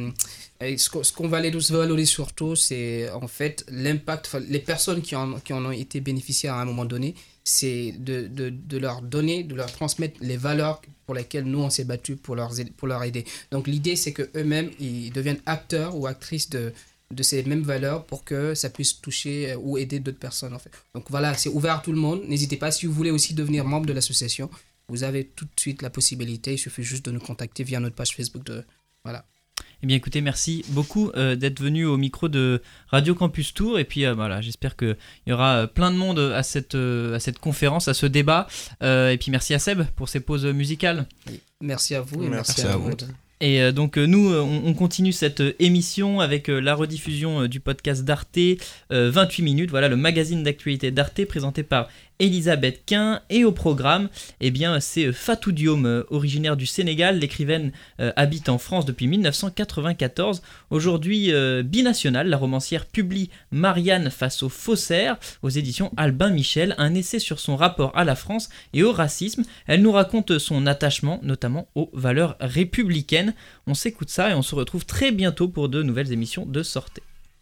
ce qu'on va valoriser surtout, c'est en fait l'impact, les personnes qui en ont été bénéficiaires à un moment donné, c'est de leur donner, de leur transmettre les valeurs pour lesquelles nous on s'est battus pour leur aider. Donc l'idée, c'est qu'eux-mêmes, ils deviennent acteurs ou actrices de ces mêmes valeurs pour que ça puisse toucher ou aider d'autres personnes en fait. Donc voilà, c'est ouvert à tout le monde. N'hésitez pas, si vous voulez aussi devenir membre de l'association, vous avez tout de suite la possibilité. Il suffit juste de nous contacter via notre page Facebook. Voilà. Eh bien écoutez, merci beaucoup d'être venu au micro de Radio Campus Tours. Et puis voilà, j'espère qu'il y aura plein de monde à cette conférence, à ce débat. Et puis merci à Seb pour ses pauses musicales. Merci à vous et merci à vous. Et donc nous, on continue cette émission avec la rediffusion du podcast d'Arte, 28 minutes, voilà le magazine d'actualité d'Arte présenté par Elisabeth Quint. Et au programme, eh bien, c'est Fatou Diome, originaire du Sénégal. L'écrivaine habite en France depuis 1994. Aujourd'hui binationale, la romancière publie Marianne face aux faussaires aux éditions Albin Michel, un essai sur son rapport à la France et au racisme. Elle nous raconte son attachement notamment aux valeurs républicaines. On s'écoute ça et on se retrouve très bientôt pour de nouvelles émissions de Sortez.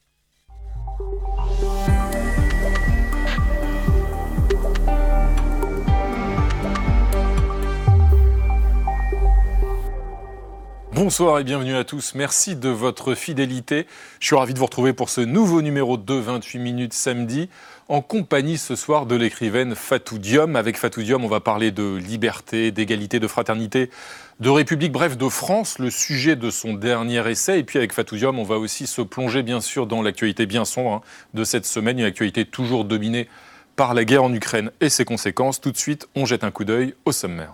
Bonsoir et bienvenue à tous, merci de votre fidélité. Je suis ravi de vous retrouver pour ce nouveau numéro de 28 minutes samedi, en compagnie ce soir de l'écrivaine Fatou Diome. Avec Fatou Diome, on va parler de liberté, d'égalité, de fraternité, de République, bref, de France, le sujet de son dernier essai. Et puis avec Fatou Diome, on va aussi se plonger bien sûr dans l'actualité bien sombre de cette semaine, une actualité toujours dominée par la guerre en Ukraine et ses conséquences. Tout de suite, on jette un coup d'œil au sommaire.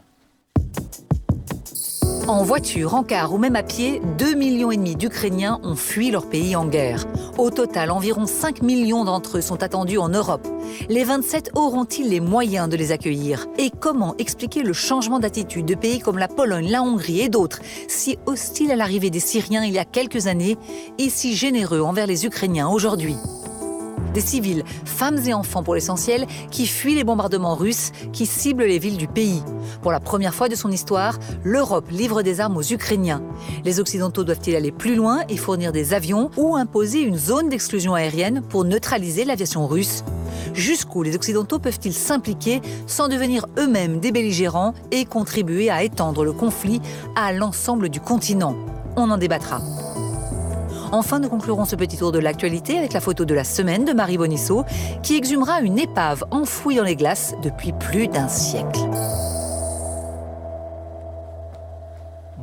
En voiture, en car ou même à pied, 2,5 millions d'Ukrainiens ont fui leur pays en guerre. Au total, environ 5 millions d'entre eux sont attendus en Europe. Les 27 auront-ils les moyens de les accueillir ? Et comment expliquer le changement d'attitude de pays comme la Pologne, la Hongrie et d'autres, si hostiles à l'arrivée des Syriens il y a quelques années et si généreux envers les Ukrainiens aujourd'hui ? Des civils, femmes et enfants pour l'essentiel, qui fuient les bombardements russes qui ciblent les villes du pays. Pour la première fois de son histoire, l'Europe livre des armes aux Ukrainiens. Les Occidentaux doivent-ils aller plus loin et fournir des avions ou imposer une zone d'exclusion aérienne pour neutraliser l'aviation russe ? Jusqu'où les Occidentaux peuvent-ils s'impliquer sans devenir eux-mêmes des belligérants et contribuer à étendre le conflit à l'ensemble du continent ? On en débattra. Enfin, nous conclurons ce petit tour de l'actualité avec la photo de la semaine de Marie Bonisseau, qui exhumera une épave enfouie dans les glaces depuis plus d'1 siècle.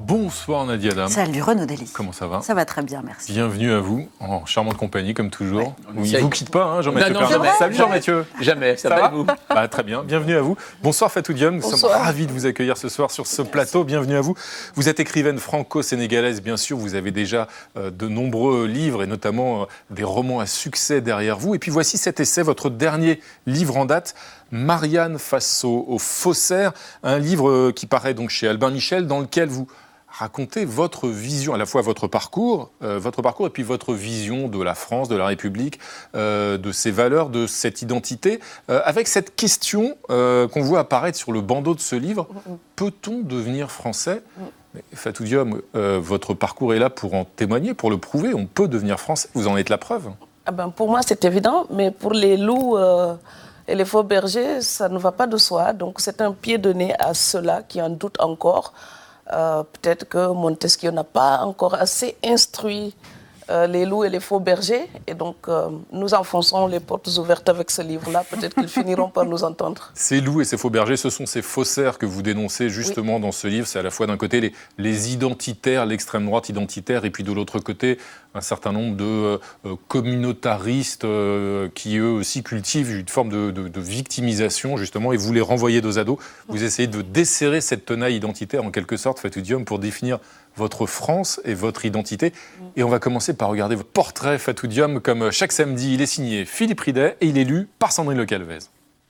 Bonsoir Nadia Dam. Salut Renaud Dely. Comment ça va? Ça va très bien, merci. Bienvenue à vous, en charmante compagnie comme toujours. Ouais, Il ne vous quitte pas, hein, Jean-Mathieu Non, Perrin. jamais. Salut Jean-Mathieu. Jamais, ça va et vous? Très bien, bienvenue à vous. Bonsoir Fatou Diom, nous sommes ravis de vous accueillir ce soir sur ce plateau. Bienvenue à vous. Vous êtes écrivaine franco-sénégalaise, bien sûr. Vous avez déjà de nombreux livres et notamment des romans à succès derrière vous. Et puis voici cet essai, votre dernier livre en date, Marianne face aux faussaires, un livre qui paraît donc chez Albin Michel, dans lequel vous racontez votre vision, à la fois votre parcours et puis votre vision de la France, de la République, de ses valeurs, de cette identité, avec cette question qu'on voit apparaître sur le bandeau de ce livre, peut-on devenir français ? Fatou Diom, votre parcours est là pour en témoigner, pour le prouver, on peut devenir français, vous en êtes la preuve. Pour moi c'est évident, mais pour les loups et les faux bergers, ça ne va pas de soi, donc c'est un pied de nez à ceux-là qui en doutent encore. Peut-être que Montesquieu n'a pas encore assez instruit les loups et les faux bergers. Et donc, nous enfonçons les portes ouvertes avec ce livre-là. Peut-être qu'ils finiront par nous entendre. Ces loups et ces faux bergers, ce sont ces faussaires que vous dénoncez justement dans ce livre. C'est à la fois d'un côté les identitaires, l'extrême droite identitaire, et puis de l'autre côté, un certain nombre de communautaristes qui, eux aussi, cultivent une forme de victimisation, justement, et vous les renvoyez dos à dos. Vous essayez de desserrer cette tenaille identitaire, en quelque sorte, Fatou Diom, pour définir votre France et votre identité. Et on va commencer par regarder votre portrait, Fatou Diom, comme chaque samedi. Il est signé Philippe Ridet et il est lu par Sandrine Le Calvez.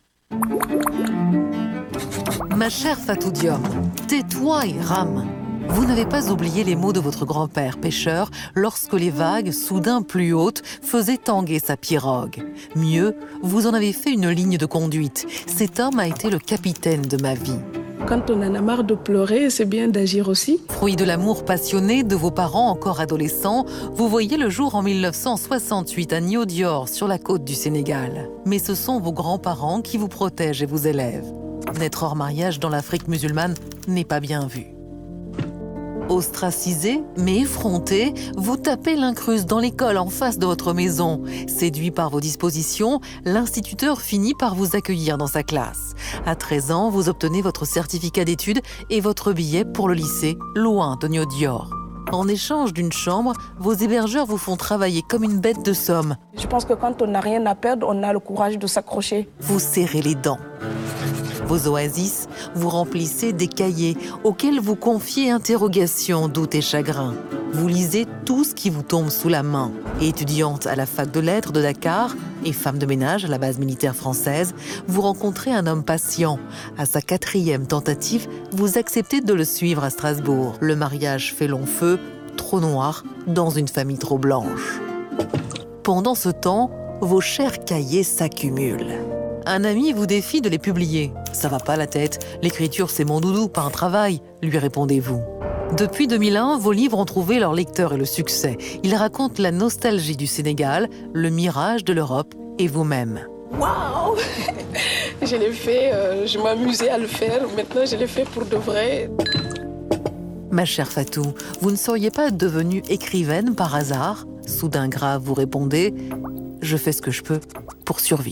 Ma chère Fatou Diom, tais-toi et rame. Vous n'avez pas oublié les mots de votre grand-père pêcheur lorsque les vagues, soudain plus hautes, faisaient tanguer sa pirogue. Mieux, vous en avez fait une ligne de conduite. Cet homme a été le capitaine de ma vie. Quand on en a marre de pleurer, c'est bien d'agir aussi. Fruit de l'amour passionné de vos parents encore adolescents, vous voyez le jour en 1968 à Niodior, sur la côte du Sénégal. Mais ce sont vos grands-parents qui vous protègent et vous élèvent. Naître hors mariage dans l'Afrique musulmane n'est pas bien vu. Ostracisé, mais effronté, vous tapez l'incruste dans l'école en face de votre maison. Séduit par vos dispositions, l'instituteur finit par vous accueillir dans sa classe. À 13 ans, vous obtenez votre certificat d'études et votre billet pour le lycée, loin de Niodior. En échange d'une chambre, vos hébergeurs vous font travailler comme une bête de somme. Je pense que quand on n'a rien à perdre, on a le courage de s'accrocher. Vous serrez les dents. Vos oasis, vous remplissez des cahiers auxquels vous confiez interrogations, doutes et chagrins. Vous lisez tout ce qui vous tombe sous la main. Étudiante à la fac de lettres de Dakar et femme de ménage à la base militaire française, vous rencontrez un homme patient. À sa 4e tentative, vous acceptez de le suivre à Strasbourg. Le mariage fait long feu, trop noir, dans une famille trop blanche. Pendant ce temps, vos chers cahiers s'accumulent. Un ami vous défie de les publier. Ça va pas la tête, l'écriture c'est mon doudou, pas un travail, lui répondez-vous. Depuis 2001, vos livres ont trouvé leur lecteur et le succès. Ils racontent la nostalgie du Sénégal, le mirage de l'Europe et vous-même. Waouh! Je l'ai fait, je m'amusais à le faire, maintenant je l'ai fait pour de vrai. Ma chère Fatou, vous ne seriez pas devenue écrivaine par hasard? Soudain grave, vous répondez « Je fais ce que je peux pour survivre ».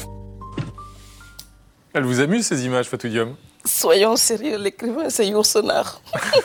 Elle vous amuse ces images, Fatou Diom? Soyons sérieux, l'écrivain c'est Yourcenar.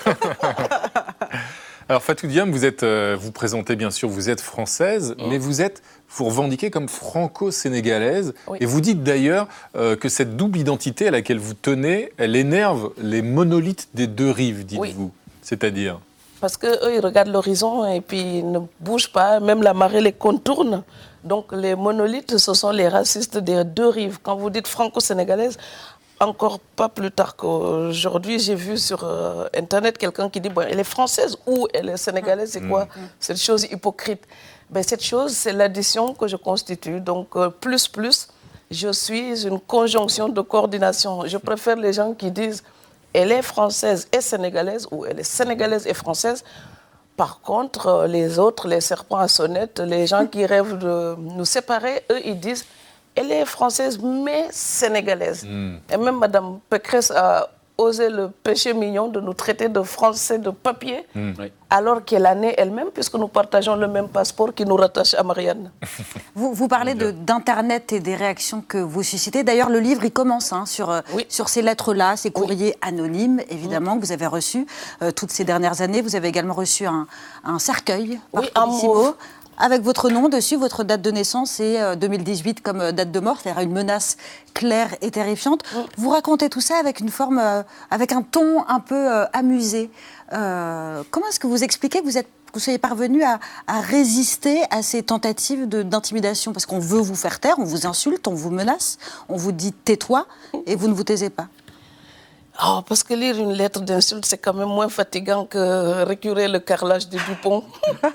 Alors Fatou Diom, vous présentez bien sûr, vous êtes française, mais vous revendiquez comme franco-sénégalaise. Oui. Et vous dites d'ailleurs que cette double identité à laquelle vous tenez, elle énerve les monolithes des deux rives, dites-vous. Oui. C'est-à-dire? Parce qu'eux, ils regardent l'horizon et puis ils ne bougent pas, même la marée les contourne. Donc les monolithes, ce sont les racistes des deux rives. Quand vous dites franco-sénégalaise, encore pas plus tard qu'aujourd'hui, j'ai vu sur Internet quelqu'un qui dit bon, elle est française ou elle est sénégalaise, c'est quoi cette chose hypocrite? Cette chose, c'est l'addition que je constitue. Donc plus, je suis une conjonction de coordination. Je préfère les gens qui disent elle est française et sénégalaise ou elle est sénégalaise et française. Par contre, les autres, les serpents à sonnette, les gens qui rêvent de nous séparer, eux, ils disent elle est française mais sénégalaise. Et même Mme Pécresse a osé le péché mignon de nous traiter de Français de papier, alors qu'elle en est elle-même, puisque nous partageons le même passeport qui nous rattache à Marianne. Vous parlez d'Internet et des réactions que vous suscitez. D'ailleurs, le livre, il commence sur ces lettres-là, ces courriers anonymes, évidemment, que vous avez reçus toutes ces dernières années. Vous avez également reçu un cercueil par Colissimo, avec votre nom dessus, votre date de naissance et 2018 comme date de mort, c'est-à-dire une menace claire et terrifiante. Vous racontez tout ça avec une forme, avec un ton un peu amusé. Comment est-ce que vous expliquez que vous soyez parvenu à résister à ces tentatives d'intimidation? Parce qu'on veut vous faire taire, on vous insulte, on vous menace, on vous dit tais-toi et vous ne vous taisez pas. Oh, parce que lire une lettre d'insulte, c'est quand même moins fatigant que récurer le carrelage de Dupont.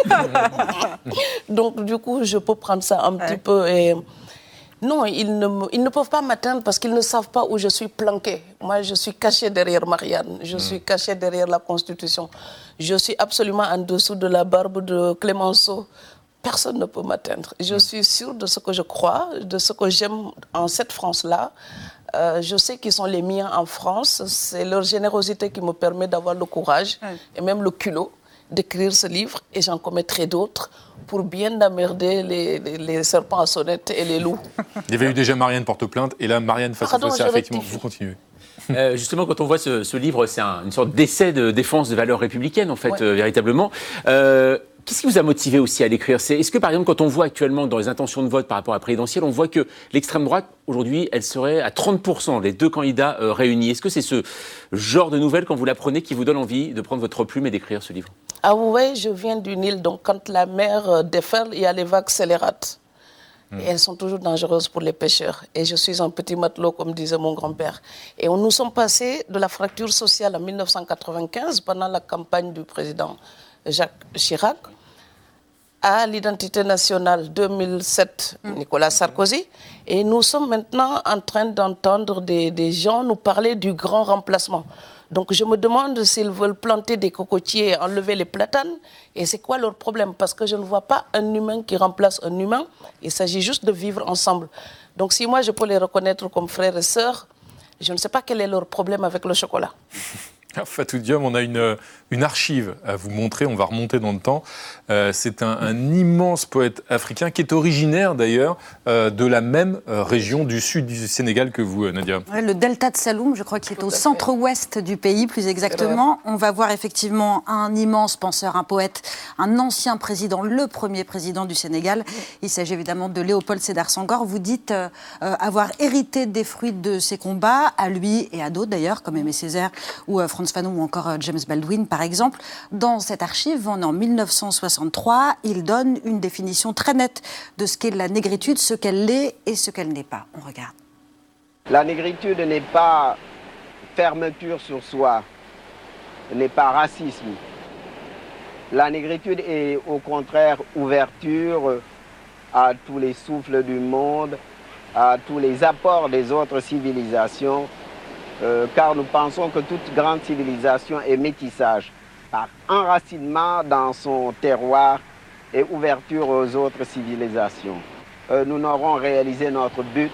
Donc, du coup, je peux prendre ça un petit peu. Et... Non, ils ne peuvent pas m'atteindre parce qu'ils ne savent pas où je suis planquée. Moi, je suis cachée derrière Marianne. Je suis cachée derrière la Constitution. Je suis absolument en dessous de la barbe de Clémenceau. Personne ne peut m'atteindre. Je suis sûre de ce que je crois, de ce que j'aime en cette France-là. Je sais qu'ils sont les miens en France. C'est leur générosité qui me permet d'avoir le courage et même le culot d'écrire ce livre. Et j'en commettrai d'autres pour bien emmerder les serpents à sonnette et les loups. Il y avait eu déjà Marianne porte-plainte et là, Marianne face à face, effectivement, vous continuez. Justement, quand on voit ce livre, c'est une sorte d'essai de défense de valeurs républicaines, en fait, véritablement. Qu'est-ce qui vous a motivé aussi à l'écrire? Est-ce que, par exemple, quand on voit actuellement dans les intentions de vote par rapport à la présidentielle, on voit que l'extrême droite, aujourd'hui, elle serait à 30%, les deux candidats réunis. Est-ce que c'est ce genre de nouvelles, quand vous l'apprenez, qui vous donne envie de prendre votre plume et d'écrire ce livre? Ah oui, je viens d'une île, donc quand la mer déferle, il y a les vagues scélérates. Et elles sont toujours dangereuses pour les pêcheurs. Et je suis un petit matelot, comme disait mon grand-père. Et nous sommes passés de la fracture sociale en 1995, pendant la campagne du président Jacques Chirac, à l'identité nationale 2007, Nicolas Sarkozy. Et nous sommes maintenant en train d'entendre des gens nous parler du grand remplacement. Donc je me demande s'ils veulent planter des cocotiers et enlever les platanes. Et c'est quoi leur problème? Parce que je ne vois pas un humain qui remplace un humain. Il s'agit juste de vivre ensemble. Donc si moi je peux les reconnaître comme frères et sœurs, je ne sais pas quel est leur problème avec le chocolat. Fatou Diom, on a une archive à vous montrer, on va remonter dans le temps. C'est un immense poète africain qui est originaire d'ailleurs de la même région du sud du Sénégal que vous, Nadia. Ouais, le delta de Saloum, je crois qu'il est au centre-ouest du pays, plus exactement. On va voir effectivement un immense penseur, un poète, un ancien président, le premier président du Sénégal. Il s'agit évidemment de Léopold Sédar Senghor. Vous dites avoir hérité des fruits de ses combats, à lui et à d'autres d'ailleurs, comme Aimé Césaire ou Frantz Fanon ou encore James Baldwin, par exemple. Dans cette archive, en 1963, il donne une définition très nette de ce qu'est la négritude, ce qu'elle est et ce qu'elle n'est pas. On regarde. La négritude n'est pas fermeture sur soi, n'est pas racisme. La négritude est au contraire ouverture à tous les souffles du monde, à tous les apports des autres civilisations, car nous pensons que toute grande civilisation est métissage, par enracinement dans son terroir et ouverture aux autres civilisations. Nous n'aurons réalisé notre but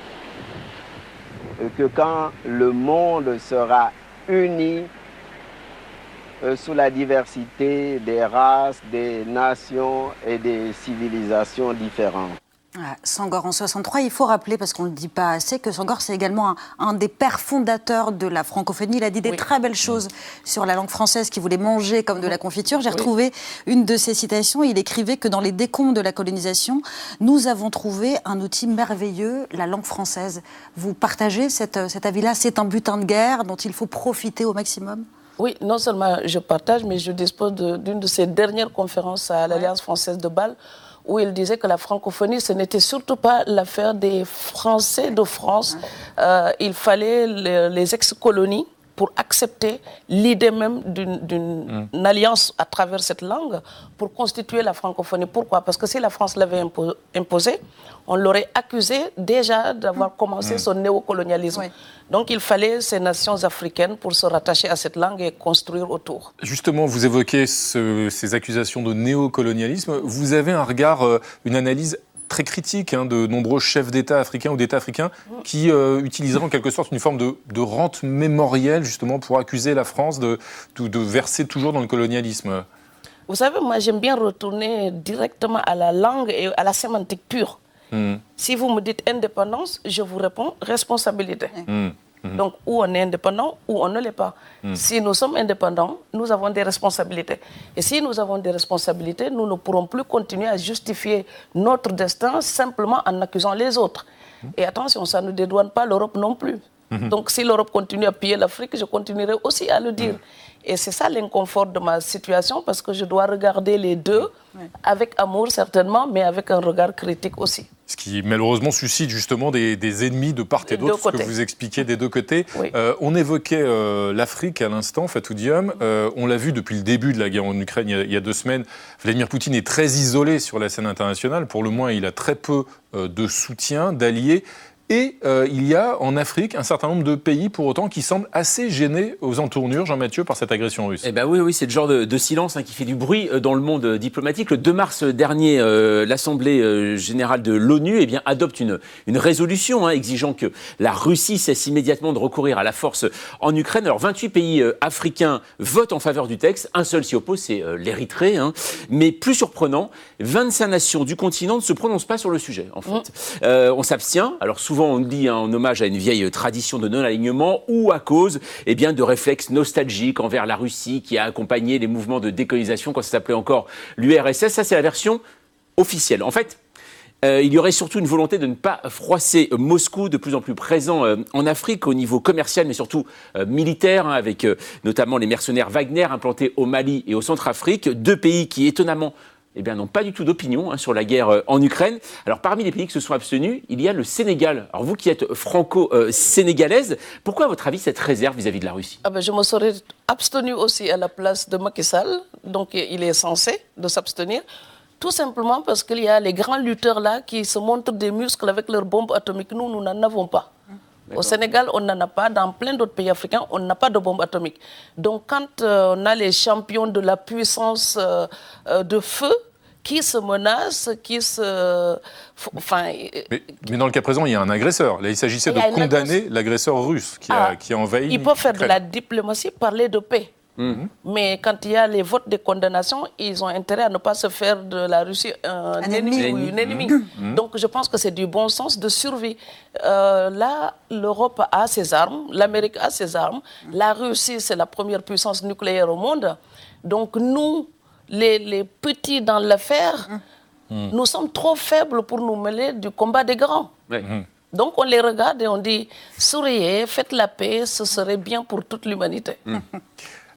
que quand le monde sera uni sous la diversité des races, des nations et des civilisations différentes. Senghor en 63, il faut rappeler, parce qu'on ne le dit pas assez, que Senghor c'est également un des pères fondateurs de la francophonie. Il a dit des très belles choses sur la langue française qu'il voulait manger comme de la confiture. J'ai retrouvé une de ses citations. Il écrivait que dans les décombres de la colonisation, nous avons trouvé un outil merveilleux, la langue française. Vous partagez cet avis-là? C'est un butin de guerre dont il faut profiter au maximum? Oui, non seulement je partage, mais je dispose d'une de ces dernières conférences à l'Alliance française de Bâle, où il disait que la francophonie, ce n'était surtout pas l'affaire des Français de France. Il fallait les ex-colonies pour accepter l'idée même d'une alliance à travers cette langue pour constituer la francophonie. Pourquoi? Parce que si la France l'avait imposée, on l'aurait accusé déjà d'avoir commencé son néocolonialisme. Donc il fallait ces nations africaines pour se rattacher à cette langue et construire autour. Justement, vous évoquez ces accusations de néocolonialisme. Vous avez un regard, une analyse très critique de nombreux chefs d'État africains ou d'États africains qui utiliseraient en quelque sorte une forme de rente mémorielle justement pour accuser la France de verser toujours dans le colonialisme. Vous savez, moi j'aime bien retourner directement à la langue et à la sémantique pure. Si vous me dites indépendance, je vous réponds responsabilité. Donc, ou on est indépendant, ou on ne l'est pas. Si nous sommes indépendants, nous avons des responsabilités. Et si nous avons des responsabilités, nous ne pourrons plus continuer à justifier notre destin simplement en accusant les autres. Et attention, ça ne dédouane pas l'Europe non plus. Donc, si l'Europe continue à piller l'Afrique, je continuerai aussi à le dire. Et c'est ça l'inconfort de ma situation, parce que je dois regarder les deux, avec amour certainement, mais avec un regard critique aussi. Ce qui malheureusement suscite justement des ennemis de part et d'autre, ce que vous expliquez des deux côtés. On évoquait l'Afrique à l'instant, Fatou Diom. On l'a vu depuis le début de la guerre en Ukraine, il y a 2 semaines. Vladimir Poutine est très isolé sur la scène internationale. Pour le moins, il a très peu de soutien, d'alliés. Et il y a en Afrique un certain nombre de pays, pour autant, qui semblent assez gênés aux entournures, Jean-Mathieu, par cette agression russe. Eh ben oui, c'est le genre de silence qui fait du bruit dans le monde diplomatique. Le 2 mars dernier, l'Assemblée générale de l'ONU adopte une résolution exigeant que la Russie cesse immédiatement de recourir à la force en Ukraine. Alors 28 pays africains votent en faveur du texte. Un seul s'y oppose, c'est l'Érythrée. Mais plus surprenant, 25 nations du continent ne se prononcent pas sur le sujet, en fait. On s'abstient. Alors souvent, on le dit en hommage à une vieille tradition de non-alignement ou à cause de réflexes nostalgiques envers la Russie qui a accompagné les mouvements de décolonisation quand ça s'appelait encore l'URSS. Ça, c'est la version officielle. En fait, il y aurait surtout une volonté de ne pas froisser Moscou, de plus en plus présent en Afrique au niveau commercial, mais surtout militaire, avec notamment les mercenaires Wagner implantés au Mali et au Centrafrique, 2 pays qui, étonnamment, n'ont pas du tout d'opinion sur la guerre en Ukraine. Alors, parmi les pays qui se sont abstenus, il y a le Sénégal. Alors, vous qui êtes franco-sénégalaise, pourquoi, à votre avis, cette réserve vis-à-vis de la Russie ? Je me serais abstenue aussi à la place de Macky Sall. Donc, il est censé de s'abstenir. Tout simplement parce qu'il y a les grands lutteurs là qui se montrent des muscles avec leurs bombes atomiques. Nous n'en avons pas. Au Sénégal, on n'en a pas. Dans plein d'autres pays africains, on n'a pas de bombes atomiques. Donc, quand on a les champions de la puissance de feu qui se menacent, qui se... Mais dans le cas présent, il y a un agresseur. Là, il s'agissait de condamner l'agresseur russe qui a envahi. Il peut faire de la diplomatie, parler de paix. Mais quand il y a les votes de condamnation, ils ont intérêt à ne pas se faire de la Russie un ennemi ou une ennemie. Donc je pense que c'est du bon sens de survie. Là, l'Europe a ses armes, l'Amérique a ses armes, la Russie, c'est la première puissance nucléaire au monde. Donc nous, les petits dans l'affaire, nous sommes trop faibles pour nous mêler du combat des grands. Donc on les regarde et on dit, souriez, faites la paix, ce serait bien pour toute l'humanité.